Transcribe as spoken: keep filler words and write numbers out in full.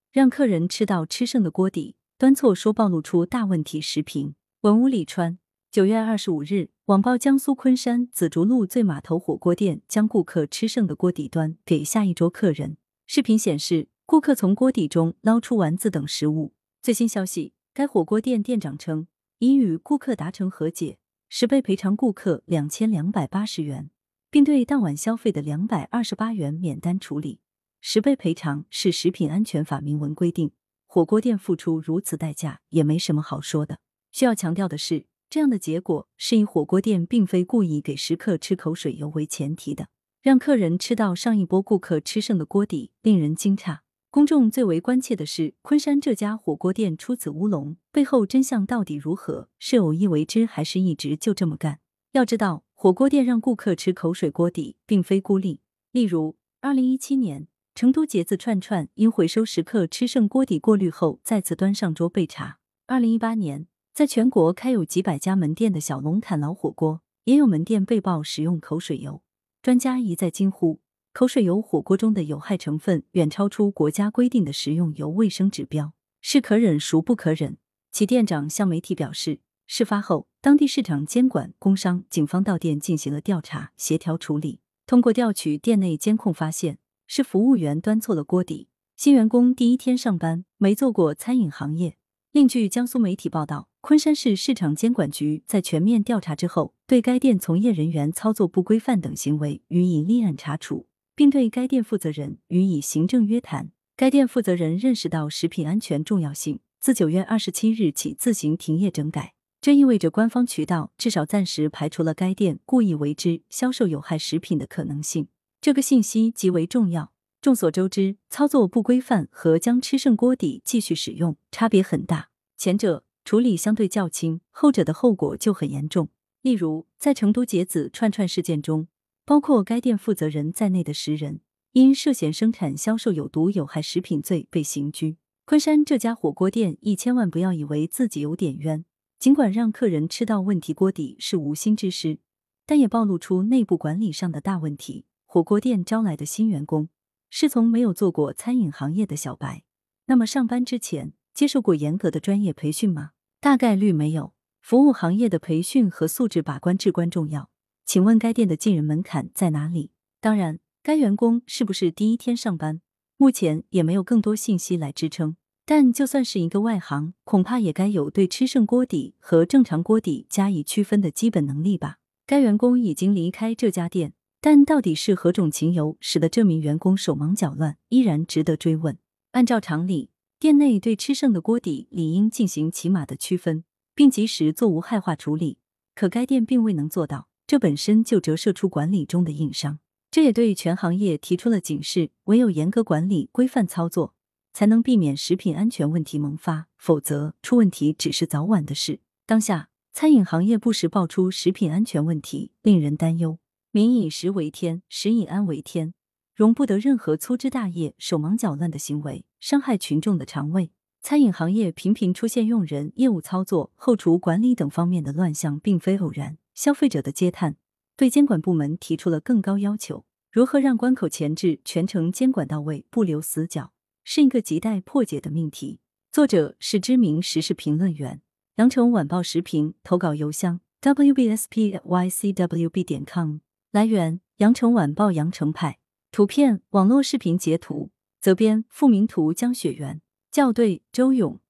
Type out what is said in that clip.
让客人吃到吃剩的锅底，端错说暴露出大问题。时评文武李川。九月二十五日，网曝江苏昆山紫竹路醉码头火锅店将顾客吃剩的锅底端给下一桌客人。视频显示，顾客从锅底中捞出丸子等食物。最新消息，该火锅店店长称，已与顾客达成和解，十倍赔偿顾客两千两百八十元，并对当晚消费的两百二十八元免单处理。十倍赔偿是食品安全法明文规定，火锅店付出如此代价也没什么好说的。需要强调的是，这样的结果是以火锅店并非故意给食客吃口水油为前提的，让客人吃到上一波顾客吃剩的锅底，令人惊诧。公众最为关切的是，昆山这家火锅店出此乌龙，背后真相到底如何？是偶一为之，还是一直就这么干？要知道，火锅店让顾客吃口水锅底，并非孤立。例如，二零一七年，成都节子串串因回收食客吃剩锅底过滤后再次端上桌被查。二零一八年，在全国开有几百家门店的小龙坎老火锅，也有门店被曝使用口水油。专家一再惊呼，口水油火锅中的有害成分远超出国家规定的食用油卫生指标，是可忍孰不可忍。其店长向媒体表示，事发后，当地市场监管、工商、警方到店进行了调查，协调处理。通过调取店内监控发现，是服务员端错了锅底，新员工第一天上班，没做过餐饮行业。另据江苏媒体报道，昆山市市场监管局在全面调查之后，对该店从业人员操作不规范等行为予以立案查处，并对该店负责人予以行政约谈。该店负责人认识到食品安全重要性，自九月二十七日起自行停业整改。这意味着官方渠道至少暂时排除了该店故意为之销售有害食品的可能性。这个信息极为重要。众所周知，操作不规范和将吃剩锅底继续使用差别很大，前者处理相对较轻，后者的后果就很严重。例如，在成都节子串串事件中，包括该店负责人在内的十人因涉嫌生产销售有毒有害食品罪被刑拘。昆山这家火锅店亦千万不要以为自己有点冤，尽管让客人吃到问题锅底是无心之失，但也暴露出内部管理上的大问题。火锅店招来的新员工是从没有做过餐饮行业的小白，那么上班之前接受过严格的专业培训吗？大概率没有。服务行业的培训和素质把关至关重要。请问该店的进人门槛在哪里？当然，该员工是不是第一天上班，目前也没有更多信息来支撑。但就算是一个外行，恐怕也该有对吃剩锅底和正常锅底加以区分的基本能力吧。该员工已经离开这家店，但到底是何种情由使得这名员工手忙脚乱，依然值得追问。按照常理，店内对吃剩的锅底理应进行起码的区分，并及时做无害化处理，可该店并未能做到，这本身就折射出管理中的硬伤。这也对全行业提出了警示，唯有严格管理、规范操作，才能避免食品安全问题萌发，否则出问题只是早晚的事。当下，餐饮行业不时爆出食品安全问题，令人担忧。民以食为天，食以安为天，容不得任何粗枝大叶、手忙脚乱的行为，伤害群众的肠胃。餐饮行业频频出现用人、业务操作、后厨管理等方面的乱象，并非偶然。消费者的嗟叹对监管部门提出了更高要求。如何让关口前置全程监管到位，不留死角，是一个亟待破解的命题。作者是知名时事评论员，羊城晚报时评，投稿邮箱 w b s p at y c w b 点 com。来源：羊城晚报羊城派，图片：网络视频截图，责编：付明图江雪源，校对：周勇。